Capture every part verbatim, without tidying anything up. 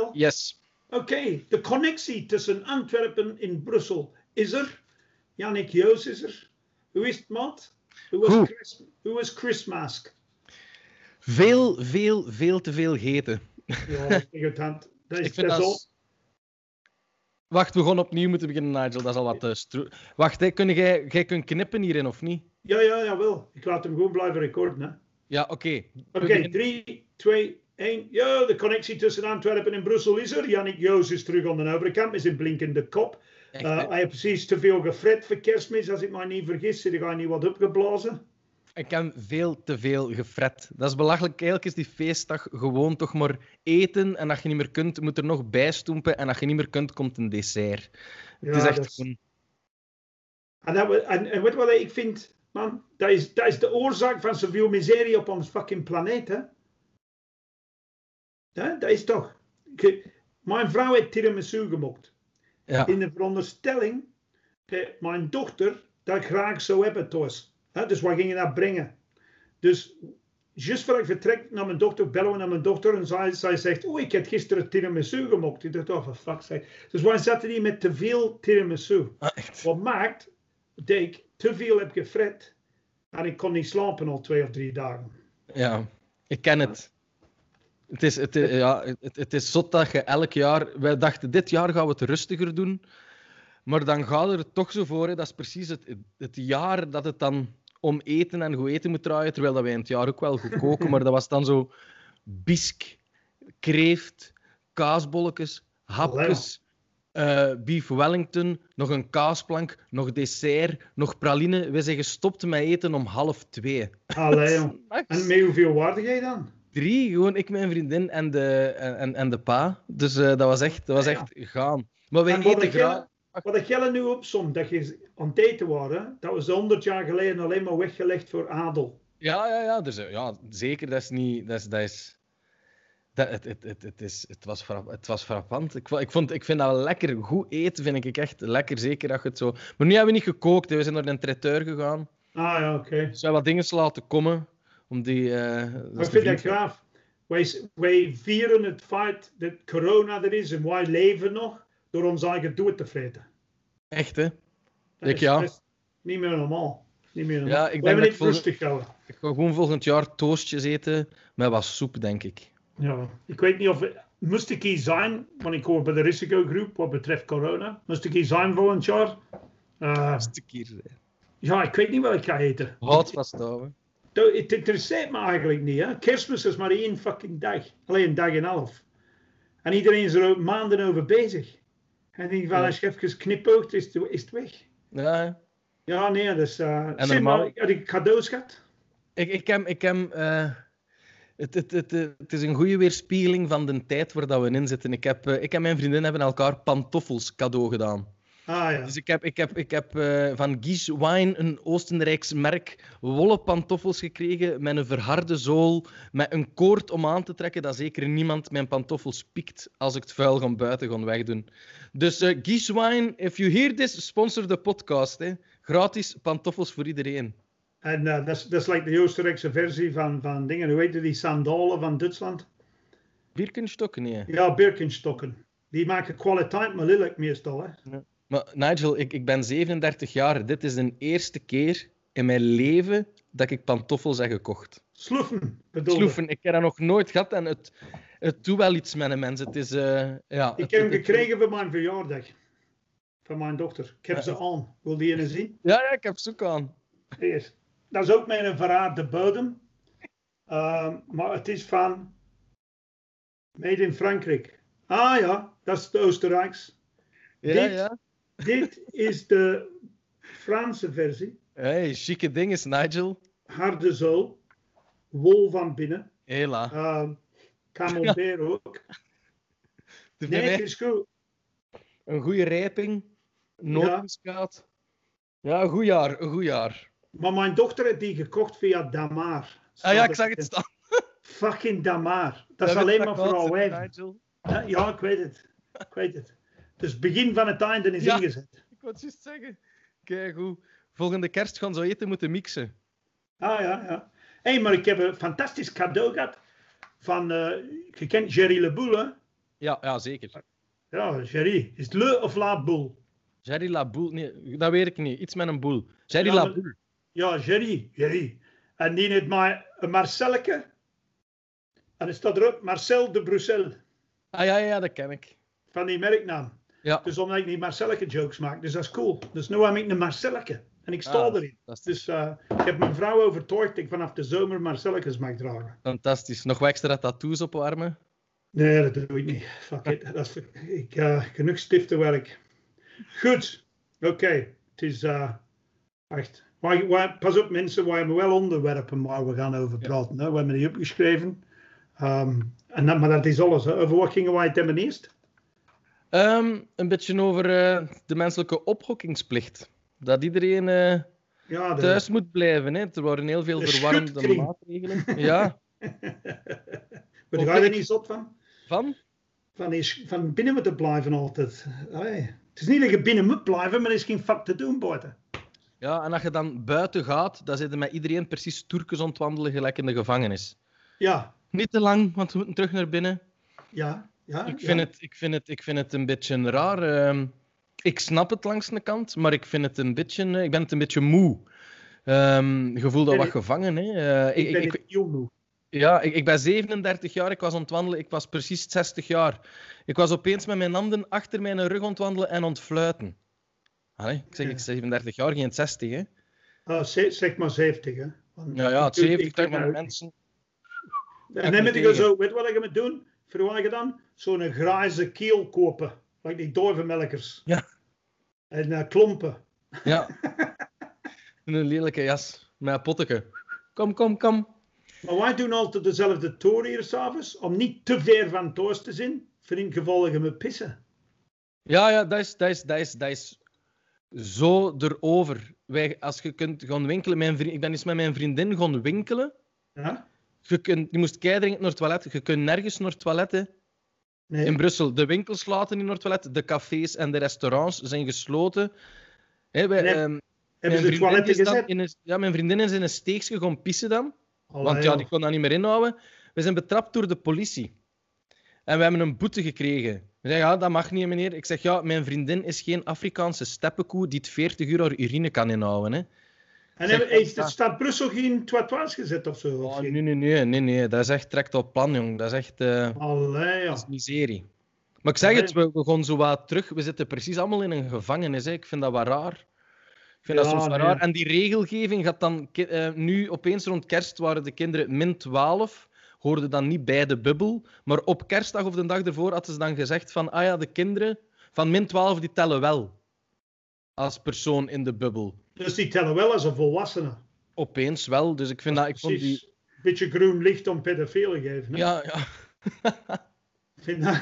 Nigel? Yes. Oké, okay. De connectie tussen Antwerpen en Brussel is er. Jannik Joos is er. Hoe is het, maat? Hoe was Chris, hoe was Christmas? Veel, veel, veel te veel gegeten. Ja, irritant. Dat is, ik vind dat dat... is al... Wacht, we gaan opnieuw moeten beginnen, Nigel. Dat is al wat uh, stro... Wacht, hè. Kun jij, jij kunt knippen hierin, of niet? Ja, ja, jawel. Ik laat hem gewoon blijven recorden, hè. Ja, oké. Okay. Oké, okay, drie, twee, één. Ja, de connectie tussen Antwerpen en Brussel is er. Jannik Joos is terug aan de overkant met zijn blinkende kop. Echt, uh, hij heeft precies te veel gefret voor kerstmis. Als ik me niet vergis, zit hij niet wat opgeblazen. Ik heb veel te veel gefret. Dat is belachelijk. Eigenlijk is die feestdag gewoon toch maar eten. En als je niet meer kunt, moet er nog bijstoempen. En als je niet meer kunt, komt een dessert. Ja, het is echt dat is... gewoon... En, dat, en, en weet wat ik vind, man? Dat is, dat is de oorzaak van zoveel miserie op ons fucking planeet, hè? Ja, dat is toch... Mijn vrouw heeft tiramisu gemaakt. Ja. In de veronderstelling dat mijn dochter dat graag zou hebben thuis. He, dus wij gingen dat brengen. Dus, juist voor ik vertrek naar mijn dochter, bellen we naar mijn dochter en zij, zij zegt, oh, ik heb gisteren tiramisu gemaakt. Ik dacht, oh, for fuck's sake. Dus wij zaten hier met te veel tiramisu. Ah, wat maakt dat ik te veel heb gefret en ik kon niet slapen al twee of drie dagen. Ja, ik ken het. Het is, het, is, ja, het, het is zot dat je elk jaar... Wij dachten, dit jaar gaan we het rustiger doen. Maar dan gaat er toch zo voor. Hè. Dat is precies het, het jaar dat het dan om eten en goed eten moet draaien. Terwijl dat wij in het jaar ook wel goed koken. Maar dat was dan zo bisk, kreeft, kaasbolletjes, hapjes, uh, beef Wellington, nog een kaasplank, nog dessert, nog praline. We zijn gestopt met eten om half twee. Allee, en met hoeveel waarde jij dan? Drie, gewoon ik, mijn vriendin en de, en, en de pa. Dus uh, dat was echt, dat was echt gaan. Maar wij eten graag... Wat ik jij nu opzomt, dat je aan het eten waren, dat was honderd jaar geleden alleen maar weggelegd voor adel. Ja, ja, ja, dus, ja zeker. Dat is niet... Dat is, dat is, dat, het, het, het, het, is, het, was frapp, het was frappant. Ik, ik, vond, ik vind dat wel lekker. Goed eten vind ik echt lekker, zeker dat je het zo... Maar nu hebben we niet gekookt, hè. We zijn naar een traiteur gegaan. Ah ja, oké. Okay. Dus we hebben wat dingen laten komen. Om die, uh, ik vind dat graaf. Wij, wij vieren het feit dat corona er is en wij leven nog door ons eigen dood te vreten. Echt, hè? Dat is, ja. dat is niet meer normaal. Niet meer normaal. Ja, ik we hebben niet volg... rustig houden. Ik ga gewoon volgend jaar toastjes eten met wat soep, denk ik. Ja, ik weet niet of... Moest ik hier zijn, want ik hoor bij de risicogroep wat betreft corona. Moest ik hier zijn volgend jaar? Uh, Moest ik hier zijn? Ja, ik weet niet wat ik ga eten. Houd vasthouden. Het interesseert me eigenlijk niet, hè. Kerstmis is maar één fucking dag. Alleen een dag en een half. En iedereen is er maanden over bezig. En ik van, als je even knipoogt, is het, is het weg. Ja. Ja, nee, dus... Uh, en normaal... maar, had ik cadeaus gehad? Ik, ik heb... Ik heb uh, het, het, het, het is een goede weerspiegeling van de tijd waar dat we in zitten. Ik, heb, uh, ik en mijn vriendin hebben elkaar pantoffels cadeau gedaan. Ah, ja. Dus ik heb, ik heb, ik heb uh, van Guiche Wine, een Oostenrijks merk, wollen pantoffels gekregen met een verharde zool, met een koord om aan te trekken, dat zeker niemand mijn pantoffels pikt als ik het vuil van buiten ga wegdoen. Dus uh, Guiche Wine, if you hear this, sponsor de podcast. Hè. Gratis pantoffels voor iedereen. En uh, dat is like de Oostenrijkse versie van, van dingen, hoe heet die sandalen van Duitsland? Birkenstokken, nee. Ja, Birkenstokken. Die maken kwaliteit maar lelijk meestal, hè. Ja. Maar Nigel, ik, ik ben zevenendertig jaar. Dit is de eerste keer in mijn leven dat ik pantoffels heb gekocht. Sloefen, bedoel je? Sloefen. Ik heb dat nog nooit gehad en het, het doet wel iets met een mens. Het is, uh, ja, ik het, heb hem het, gekregen het, voor mijn verjaardag. Van mijn dochter. Ik heb ja, ze aan. Wil die ene zien? Ja, ja, ik heb ze ook aan. Yes. Dat is ook met een verraarde bodem. Uh, maar het is van... Made in Frankrijk. Ah ja, dat is de Oostenrijks. Ja, dit, ja. Dit is de Franse versie. Hey, chique ding is Nigel. Harde zool. Wol van binnen. Hela. Uh, Camembert ook. Nee, het is goed. Een goede rijping. Nootmuskaat. Ja. ja, een goed jaar. Een goed jaar. Maar mijn dochter heeft die gekocht via Damar. Ah ja, ik zag het staan. Fucking Damar. Dat, dat is alleen maar voor al wij. Ja, ja, ik weet het. Ik weet het. Dus het begin van het einde is ja, ingezet. Ik wou het juist zeggen. Kijk hoe. Volgende kerst gaan ze eten moeten mixen. Ah ja, ja. Hé, hey, maar ik heb een fantastisch cadeau gehad van, uh, je kent Jerry Le Boule, Ja, ja, zeker. Ja, Jerry. Is het Le of La Boule? Jerry Laboule, nee, dat weet ik niet. Iets met een boel. Jerry ja, Laboule. Ja, Jerry. Jerry. En die heeft maar een Marcelleke. En er staat erop Marcel de Bruxelles. Ah ja, ja, dat ken ik. Van die merknaam. Ja. Dus omdat ik die Marcelleke jokes maak. Dus dat is cool. Dus nu heb ik een Marcelleke. En ik sta Ah, erin. fantastisch. Dus uh, ik heb mijn vrouw overtuigd dat ik vanaf de zomer Marcellekes mag dragen. Fantastisch. Nog wat extra tattoos op armen? Nee, dat doe ik niet. Fuck it. Dat is, ik uh, genoeg stiftenwerk. Goed. Oké. Okay. Het is uh, echt... Waar, waar, pas op mensen, we hebben wel onderwerpen waar we gaan over praten. Ja. Hè? We hebben die opgeschreven. Um, en dat, maar dat is alles. Hè? Over wat gingen wij het hebben eerst? Um, een beetje over uh, de menselijke ophokkingsplicht. Dat iedereen uh, ja, de... thuis moet blijven. Hè? Er waren heel veel verwarrende maatregelen. Ja. Maar ga je er niet zot van? Van? Van, is, van binnen moeten blijven altijd. Allee. Het is niet dat je binnen moet blijven, maar er is geen fuck te doen buiten. Ja, en als je dan buiten gaat, dan zitten met iedereen precies Turkens ontwandelen gelijk in de gevangenis. Ja. Niet te lang, want we moeten terug naar binnen. Ja, ja. Ik vind, ja. Het, ik vind, het, ik vind het een beetje raar. Uh, ik snap het langs de kant, maar ik vind het een beetje... Uh, ik ben het een beetje moe. Um, je voelt al wat gevangen, hè. Uh, ik, ik ben ik, ik, heel moe. Ja, ik, ik ben zevenendertig jaar, ik was ontwandelen, ik was precies zestig jaar. Ik was opeens met mijn handen achter mijn rug ontwandelen en ontfluiten. Allee, ik zeg, ja. Ik zevenendertig jaar, geen zestig, hè. Uh, zeg maar zeventig, hè. Want ja, ja, het zeventig van mensen... En dan moet je zo, weet je wat je moet doen? Voor wat je dan? Zo'n grijze keel kopen. Like die duivenmelkers. Ja. En uh, klompen. Ja. En een lelijke jas. Met een potteke. Kom, kom, kom. Maar wij doen altijd dezelfde toer hier s'avonds. Om niet te ver van thuis te zijn. Voor in geval je moet pissen. Ja, ja, dat is, dat is, dat is, dat is zo erover. Wij, als je kunt gaan winkelen... Mijn vriend, ik ben eens met mijn vriendin gaan winkelen. Ja? Je, kunt, je moest keidringend naar het toilet. Je kunt nergens naar het toilet, hè. Nee. In Brussel. De winkels laten niet naar het toilet. De cafés en de restaurants zijn gesloten. Hey, wij, nee. um, Hebben ze toiletten gezet? In een, ja, mijn vriendin is in een steekje gaan pissen dan. Allee, want ja, die kon dat niet meer inhouden. We zijn betrapt door de politie. En we hebben een boete gekregen. We zeggen, ja, dat mag niet, meneer. Ik zeg, ja, mijn vriendin is geen Afrikaanse steppenkoe die het veertig uur haar urine kan inhouden, hè. En zeg, heeft de stad Brussel geen trottoirs gezet of zo? Oh, of nee, nee, nee, nee, nee. Dat is echt trekt op plan, jong. Dat is echt uh, Allee, ja. dat is miserie. Maar ik zeg Allee. het, we, we gaan zo wat terug. We zitten precies allemaal in een gevangenis. Hè. Ik vind dat wat raar. Ik vind ja, dat soms nee. raar. En die regelgeving gaat dan... Uh, nu, opeens rond kerst waren de kinderen min twaalf. Hoorden dan niet bij de bubbel. Maar op kerstdag of de dag ervoor hadden ze dan gezegd van... Ah ja, de kinderen van min twaalf die tellen wel. Als persoon in de bubbel. Dus die tellen wel als een volwassene? Opeens wel. Dus ik vind dat... dat ik vond die... Een beetje groen licht om pedofielen te geven. Hè? Ja, ja. vind dat...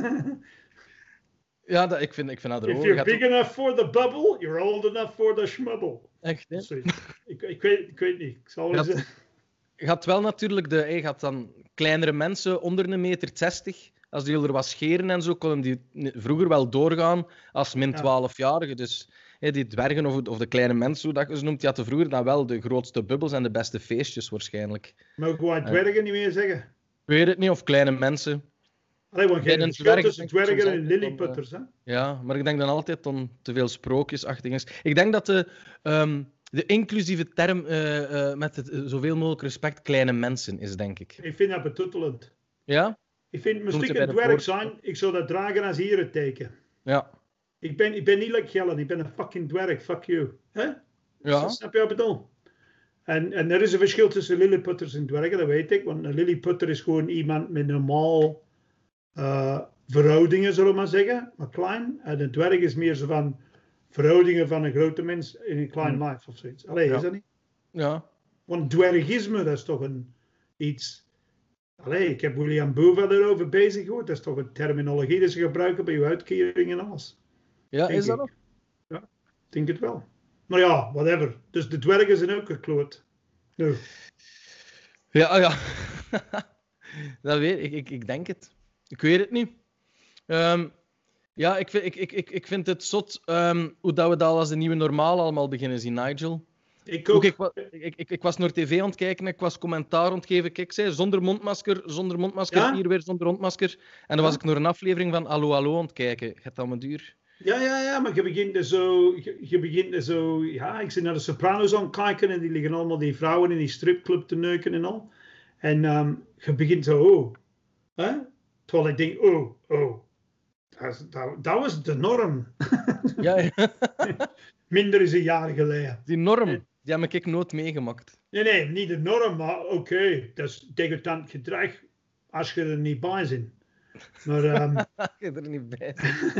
ja, dat, ik, vind, ik vind dat erover. If you're big enough for the bubble, you're old enough for the schmubbel. Echt, hè? ik, ik, weet, ik weet niet. Ik zal eens... Je gaat wel natuurlijk... De, je gaat dan kleinere mensen onder een meter zestig... Als die er wat scheren en zo, konden die vroeger wel doorgaan als min twaalf-jarigen. Dus hey, die dwergen of, of de kleine mensen, hoe dat je ze noemt, die hadden vroeger dan wel de grootste bubbels en de beste feestjes waarschijnlijk. Mogen wij dwergen uh, niet meer zeggen? Ik weet het niet, of kleine mensen. Allee, want je hebt dwerg, tussen dwergen en lilliputters, hè? Ja, maar ik denk dan altijd dat te veel sprookjesachtig is. Ik denk dat de, um, de inclusieve term uh, uh, met het, uh, zoveel mogelijk respect kleine mensen is, denk ik. Ik vind dat betuttelend. Ja? Ik vind het een dwerg zijn, ik zou dat dragen als erenteken. Ja. Ik ben, ik ben niet like Gellen, ik ben een fucking dwerg, fuck you. Hè? Ja. Snap je wat ik bedoel? En, en er is een verschil tussen lilliputters en dwergen, dat weet ik. Want een lilliputter is gewoon iemand met normaal uh, verhoudingen, zullen we maar zeggen. Maar klein. En een dwerg is meer zo van verhoudingen van een grote mens in een klein hmm. life of zoiets. Allee, ja. Is dat niet? Ja. Want dwergisme, dat is toch een iets... Allee, ik heb William Boeva erover bezig gehoord. Dat is toch een terminologie die ze gebruiken bij uw uitkering en alles. Ja, denk is dat ik. nog? Ja, ik denk het wel. Maar ja, whatever. Dus de dwergen zijn ook gekloot. No. Ja, ja. Dat weet ik. ik. Ik denk het. Ik weet het niet. Um, ja, ik vind, ik, ik, ik, ik vind het zot um, hoe dat we dat als de nieuwe normaal allemaal beginnen zien, Nigel. Ik ook. ook ik, ik, ik, ik was naar tv aan het kijken, ik was commentaar aan het geven. Kijk, zei, zonder mondmasker, zonder mondmasker, Ja? hier weer zonder mondmasker. En dan Ja? was ik naar een aflevering van Allo Allo aan het kijken. Gaat dat maar duur? Ja, ja, ja, maar je begint er zo, je, je begint er zo, ja, ik zit naar de Sopranos aan het kijken en die liggen allemaal die vrouwen in die stripclub te neuken en al. En um, je begint zo, oh, hè? Terwijl ik denk, oh, oh, dat, dat, dat was de norm. Ja, ja. Minder is een jaar geleden. Die norm, die heb ik nooit meegemaakt. Nee, nee, niet de norm, maar oké, okay, dat is degoutant gedrag als je er niet bij bent. Maar, um... je er niet bij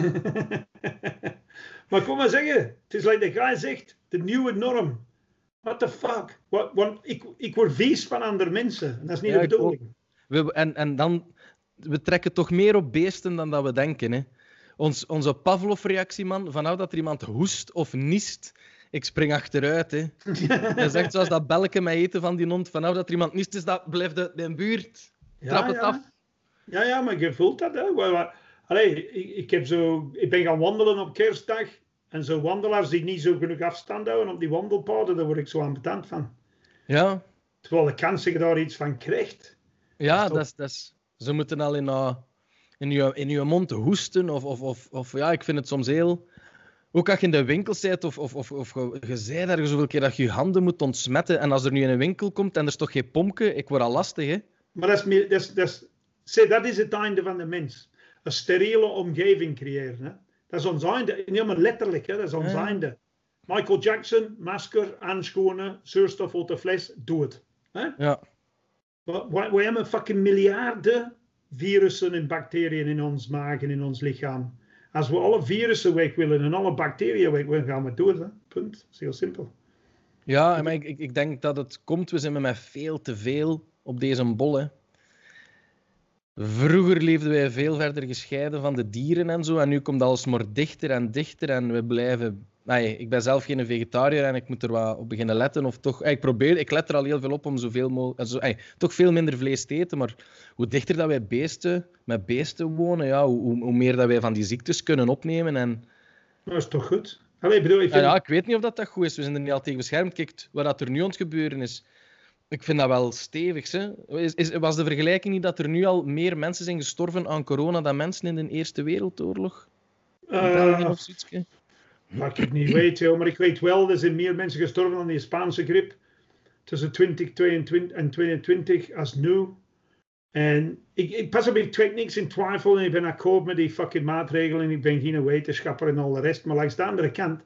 maar kom maar zeggen, het is like de guy zegt, de nieuwe norm. What the fuck? What, want ik, ik word vies van andere mensen. En dat is niet ja, de bedoeling. We, en, en dan, we trekken toch meer op beesten dan dat we denken. Hè? Ons, onze Pavlov-reactie, man, vanaf dat er iemand hoest of niest, ik spring achteruit. Hè. Dat is echt zoals dat belletje met eten van die hond. Vanaf dat er iemand niest, is dat blijft de, de buurt. Trap ja, het ja. af. Ja, ja, maar je voelt dat. Hè. Allee, ik, ik, heb zo, ik ben gaan wandelen op kerstdag. En zo wandelaars die niet zo genoeg afstand houden op die wandelpaden, daar word ik zo ambetant van. Ja. Terwijl de kans dat je daar iets van krijgt. Ja, dat is, dat is, ze moeten al in, uh, in, je, in je mond hoesten. Of, of, of, of ja, ik vind het soms heel... Ook als je in de winkel zit of, of, of, of je, je zei daar zoveel keer dat je je handen moet ontsmetten. En als er nu in een winkel komt en er is toch geen pompje, ik word al lastig, hè. Maar dat is, meer, dat is, dat is, zeg, dat is het einde van de mens. Een steriele omgeving creëren. Hè? Dat is ons einde. Niet maar letterlijk, hè? Dat is ons ja. einde. Michael Jackson, masker, aanschonen, zuurstof uit de fles, doe het. Hè? Ja. We, we hebben fucking miljarden virussen en bacteriën in ons maag en in ons lichaam. Als we alle virussen weg willen en alle bacteriën weg willen, gaan we doen. Hè? Punt. Dat is heel simpel. Ja, maar ik, ik denk dat het komt. We zijn met veel te veel op deze bol. Hè. Vroeger leefden wij veel verder gescheiden van de dieren en zo. En nu komt alles maar dichter en dichter. En we blijven... Nee, ik ben zelf geen vegetariër en ik moet er wat op beginnen letten. Of toch, ik probeer, ik let er al heel veel op om zoveel mogelijk... Zo, ey, toch veel minder vlees te eten. Maar hoe dichter dat wij beesten, met beesten wonen, ja, hoe, hoe meer dat wij van die ziektes kunnen opnemen. En... Dat is toch goed? Allee, bedoel, ik, vind... ja, ja, ik weet niet of dat, dat goed is. We zijn er niet al tegen beschermd. Kijk, wat er nu aan het gebeuren is... Ik vind dat wel stevig. Hè? Is, is, was de vergelijking niet dat er nu al meer mensen zijn gestorven aan corona dan mensen in de Eerste Wereldoorlog? Uh, of zoiets? Dat ik niet weet, joh, maar ik weet wel, er zijn meer mensen gestorven dan die Spaanse griep tussen twintig tweeëntwintig en tweeëntwintig als nu. En ik, ik pas op, ik trek niks in twijfel en ik ben akkoord met die fucking maatregelen en ik ben geen wetenschapper en al de rest. Maar langs de andere kant,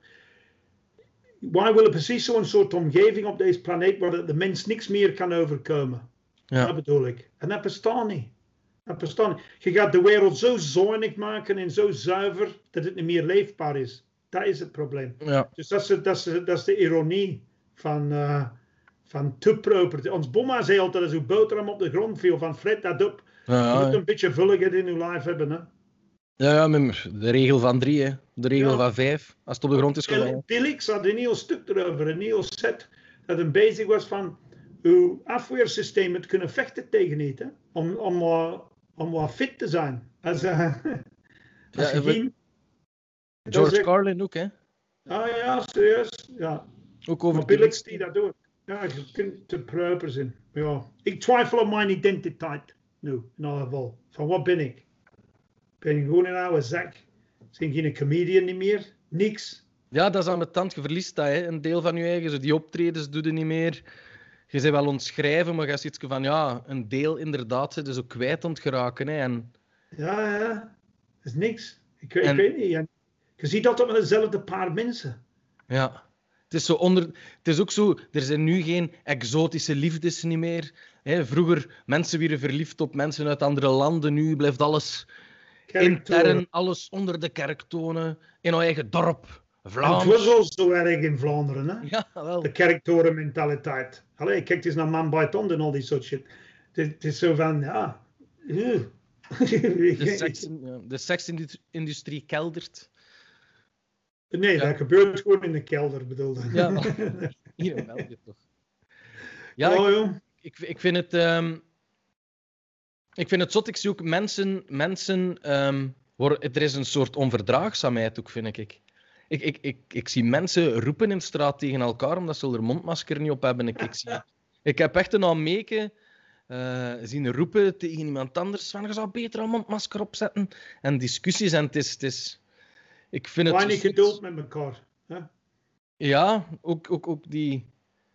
wij willen precies zo'n soort omgeving op deze planeet waar de mens niks meer kan overkomen. Ja. Dat bedoel ik. En dat bestaat niet. Dat bestaat niet. Je gaat de wereld zo zuinig maken en zo zuiver dat het niet meer leefbaar is. Dat is het probleem. Ja. Dus dat is, dat, is, dat is de ironie van, uh, van te proper. Ons bomma zei altijd als uw boterham op de grond viel van fret dat op. Ja, je moet ja. een beetje vulligheid in uw lijf hebben. Hè? Ja, ja, de regel van drie, hè. De regel ja. van vijf, als het op de grond is gevallen. Felix had een heel stuk erover, een heel set, dat hem bezig was van uw afweersysteem te kunnen vechten tegen iets, hè? Om, om, uh, om wat fit te zijn. Als, uh, als ja, je geen... George Carlin ook, hè? Ah ja, serieus, ja. Ook over maar Felix die dat doet. Ja, je kunt te proper zijn. Ja. Ik twijfel op mijn identiteit, nu, in alle geval. Van wat ben ik? Ben ik gewoon een oude zak? Zijn geen comedian niet meer? Niks. Ja, dat is aan de tand. Je verliest dat, hè. Een deel van je eigen. Zo die optredens doe je niet meer. Je bent wel ontschrijven, maar je ziet van ja, een deel inderdaad zit dus ook kwijt aan het geraken. Hè. En... Ja, ja. Dat is niks. Ik, ik en... weet niet. Je ziet altijd met dezelfde paar mensen. Ja. Het is, zo onder... het is ook zo, er zijn nu geen exotische liefdes niet meer. Hè. Vroeger, mensen werden verliefd op mensen uit andere landen. Nu blijft alles... intern, alles onder de kerktonen, in ons eigen dorp, Vlaams. Het was al zo erg in Vlaanderen, hè? Ja, wel. De kerktoren-mentaliteit. Allee, kijk eens naar Man by Ton en al die soort shit. Het, het is zo van, ja... de, seks, ja, de seksindustrie keldert. Nee, ja. Dat gebeurt gewoon in de kelder, bedoelde. Ja, hier in België toch. Ja, oh, ik, ik, ik vind het... Um, Ik vind het zot, ik zie ook mensen... mensen um, waar, er is een soort onverdraagzaamheid ook, vind ik. Ik, ik, ik, ik zie mensen roepen in de straat tegen elkaar omdat ze er mondmasker niet op hebben. Ik, ik, zie, ik heb echt een Ameke uh, zien roepen tegen iemand anders van je zou beter een mondmasker opzetten. En discussies en het is... Het is ik vind het weinig geduld met elkaar. Hè? Ja, ook, ook, ook die...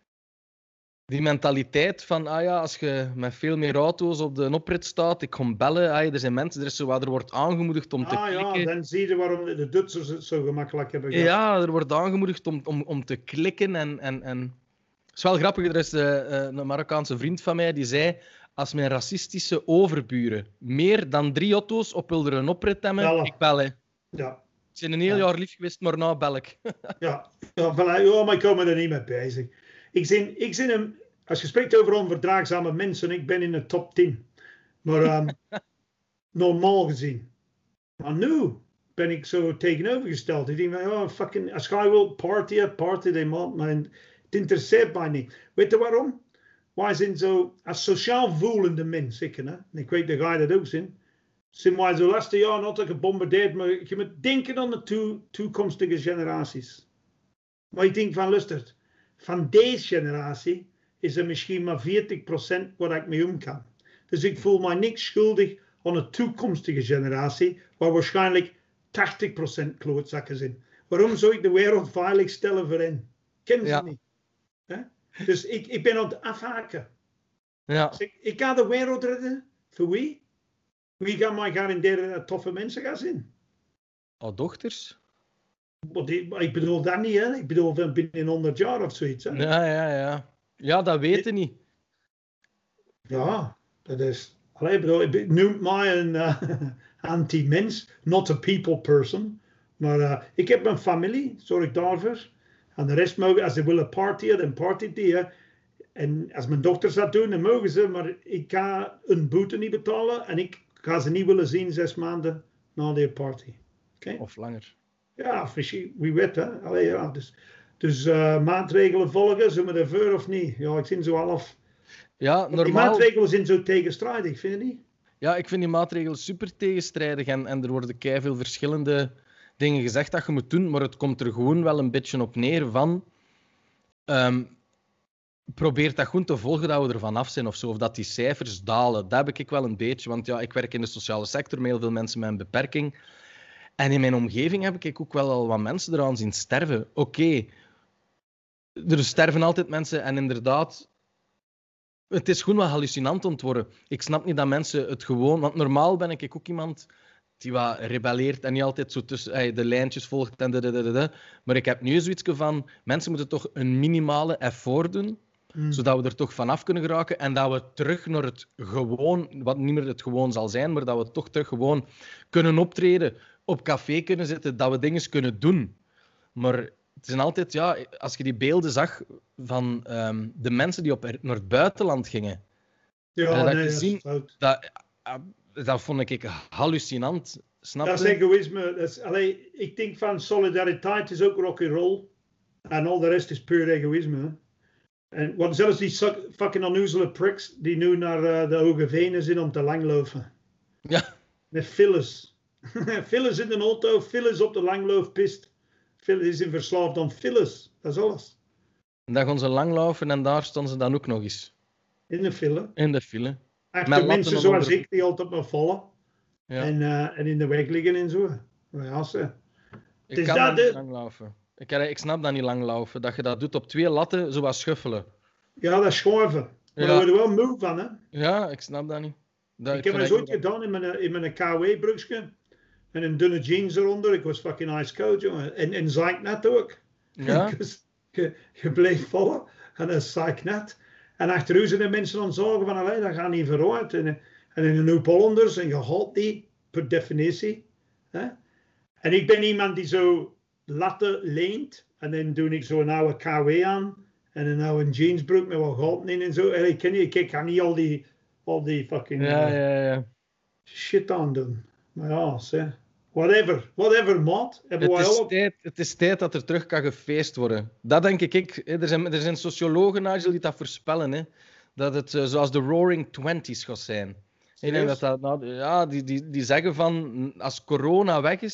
Die mentaliteit van, ah ja, als je met veel meer auto's op de oprit staat, ik kom bellen, ah, er zijn mensen, er, is zo, er wordt aangemoedigd om ah, te klikken. Ja, dan zie je waarom de Duitsers het zo gemakkelijk hebben gehad. Ja, er wordt aangemoedigd om, om, om te klikken. En, en, en... Het is wel grappig, er is uh, een Marokkaanse vriend van mij die zei, als mijn racistische overburen meer dan drie auto's op een oprit hebben, Bellen. ik bel. Hè. Ja. Ze zijn een heel ja. jaar lief geweest, maar nou bel ik. ja, ja, voilà. Oh, maar ik kom er niet mee bezig. Ik zin, ik zin hem, als je spreekt over onverdraagzame mensen, ik ben in de top tien. Maar um, normaal gezien. Maar nu ben ik zo tegenovergesteld. Ik denk van, oh, fucking, als jij wil partyen, party they man. Maar het interesseert mij niet. Weet je waarom? Wij zijn zo, als sociaal voelende mensen, hè? En ik weet dat jij dat ook zijn. Zijn wij zo laatste jaar altijd gebombardeerd, maar je moet denken aan de to, toekomstige generaties. Maar ik denk van, luister, van deze generatie is er misschien maar veertig procent waar ik mee om kan. Dus ik voel mij niks schuldig aan de toekomstige generatie, waar waarschijnlijk tachtig procent klootzakken zijn. Waarom zou ik de wereld veilig stellen voor hen? Kennen ze ja. niet. He? Dus ik, ik ben aan het afhaken. Ja. Dus ik, ik ga de wereld redden. Voor wie? Wie gaat mij garanderen dat toffe mensen gaan zijn? Oh, dochters? Ik bedoel dat niet, hè? Ik bedoel binnen honderd jaar of zoiets. Hè? Ja, ja, ja. Ja, dat weten niet. Ja, dat is... Allee, bedoel, ik noem mij een uh, anti-mens, not a people person. Maar uh, ik heb een familie, zorg daarvoor. En de rest mogen, als ze willen partyen, dan partyt die. Hè. En als mijn dochters dat doen, dan mogen ze. Maar ik ga een boete niet betalen. En ik ga ze niet willen zien zes maanden na die party. Okay? Of langer. Ja, misschien, wie weet, hè. Allee, ja, dus dus uh, maatregelen volgen, zullen we ervoor of niet? Ja, ik vind zo half... Ja, normaal... Die maatregelen zijn zo tegenstrijdig, vind je niet? Ja, ik vind die maatregelen super tegenstrijdig. En, en er worden keiveel verschillende dingen gezegd dat je moet doen. Maar het komt er gewoon wel een beetje op neer van... Um, probeer dat goed te volgen dat we ervan af zijn of zo. Of dat die cijfers dalen. Dat heb ik wel een beetje. Want ja, ik werk in de sociale sector met heel veel mensen met een beperking. En in mijn omgeving heb ik ook wel al wat mensen eraan zien sterven. Oké, okay, er sterven altijd mensen en inderdaad... Het is gewoon wat hallucinant om te worden. Ik snap niet dat mensen het gewoon... Want normaal ben ik ook iemand die wat rebelleert en niet altijd zo tussen hey, de lijntjes volgt en de, de, de, de, de. Maar ik heb nu zoiets van... Mensen moeten toch een minimale effort doen, mm. zodat we er toch vanaf kunnen geraken en dat we terug naar het gewoon... Wat niet meer het gewoon zal zijn, maar dat we toch terug gewoon kunnen optreden, op café kunnen zitten, dat we dingen kunnen doen. Maar... Het zijn altijd, ja, als je die beelden zag van um, de mensen die op, naar het buitenland gingen. Ja, dat nee, gezien, dat is fout. Dat, dat vond ik hallucinant. Snap dat is egoïsme. Dat is, allee, ik denk van solidariteit is ook rock and roll. En al de rest is puur egoïsme. Hè? En wat zelfs die fucking onnozele pricks die nu naar uh, de Hoge Venen zijn om te langlopen. Ja. Met fillers. Fillers in de auto, fillers op de langloofpist. Die zijn verslaafd aan fillers. Dat is alles. En dan gaan ze langlopen en daar staan ze dan ook nog eens. In de file. In de file. Achter mensen zoals onder... ik, die altijd maar vallen. Ja. En, uh, en in de weg liggen en zo. Ja, ze. Ik is kan dat niet de... langlopen. Ik, ik snap dat niet langlopen. Dat je dat doet op twee latten, zoals schuffelen. Ja, dat is schuiven. Maar ja. Daar word je wel moe van, hè? Ja, ik snap dat niet. Dat, ik, ik heb het ooit gedaan in mijn, in mijn K W-broekje. En een dunne jeans eronder. Ik was fucking ice cold, jongen. En, en zeiknet ook. Ja? je, je bleef vallen. En dat is zeiknet. En achter u zijn de mensen aan het zorgen van, allee, dat gaat niet vooruit. En, en in de New Hollanders, en je haalt die, per definitie. Hè? En ik ben iemand die zo latten leent. En dan doe ik zo een oude K W aan. En een oude jeansbroek met wat gaten in en zo. En ik ken niet, ik kan niet al die, al die fucking ja, uh, ja, ja. shit aan doen. Maar ja, zeg. Whatever, whatever, maat. Het is, tijd, het is tijd dat er terug kan gefeest worden. Dat denk ik. ik er, zijn, er zijn sociologen, Nigel, die dat voorspellen. Hè, dat het uh, zoals de Roaring Twenties gaat zijn. Ik denk dat dat, nou, ja, die, die, die zeggen van, als corona weg is,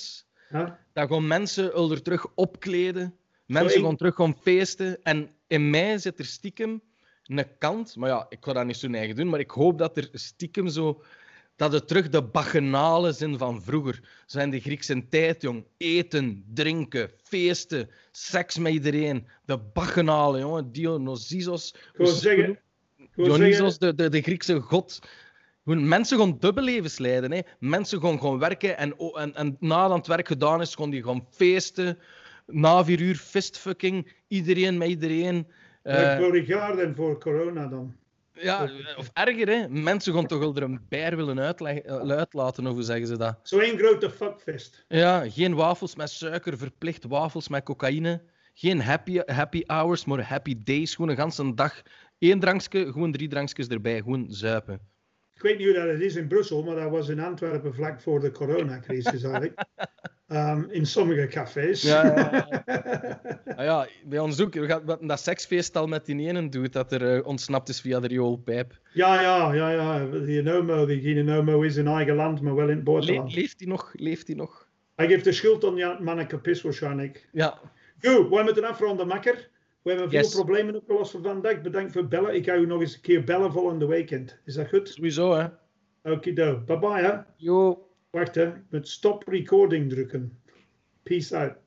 Ja? Dan gaan mensen er terug opkleden. Mensen gaan terug gaan feesten. En in mij zit er stiekem een kant... Maar ja, ik ga dat niet zo eigen doen. Maar ik hoop dat er stiekem zo... Dat het terug de bacchanale zin van vroeger. Zo in de Griekse tijd, jong. Eten, drinken, feesten, seks met iedereen. De bacchanale, jongen. Dionysos. Gewoon zeggen... Dionysos, de, de, de Griekse god. Gewoon, mensen gaan dubbellevens leiden. Hè. Mensen gaan gewoon werken en, en, en nadat het werk gedaan is, gaan die gaan feesten. Na vier uur fistfucking. Iedereen met iedereen. Uh, vorig jaar dan voor corona dan. Ja, of erger, hè. Mensen gaan toch wel er een bijer willen uitlaten, of hoe zeggen ze dat? Zo één grote fuckfest. Ja, geen wafels met suiker, verplicht wafels met cocaïne. Geen happy, happy hours, maar happy days. Gewoon een ganse dag. Eén drankje, gewoon drie drankjes erbij. Gewoon zuipen. Ik weet niet hoe dat het is in Brussel, maar dat was in Antwerpen vlak voor de coronacrisis eigenlijk. Um, in sommige cafés. Ja, ja, ja. ja, bij ons ook. We gaan dat seksfeest al met die ene doet, dat er uh, ontsnapt is via de rioolpijp. Ja, ja, ja, ja. Die Nomo, die geen Nomo is in eigen land, maar wel in het buitenland. Le leeft hij nog? Leeft hij nog? Hij geeft de schuld aan die manneke pis waarschijnlijk. Ja. Goed, we moeten afronden, makker. We hebben veel yes. problemen opgelost voor vandaag. Bedankt voor het bellen. Ik ga u nog eens een keer bellen volgende weekend. Is dat goed? Sowieso, hè. Okido. Bye bye, hè. Yo. Wacht, hè. Ik moet stop recording drukken. Peace out.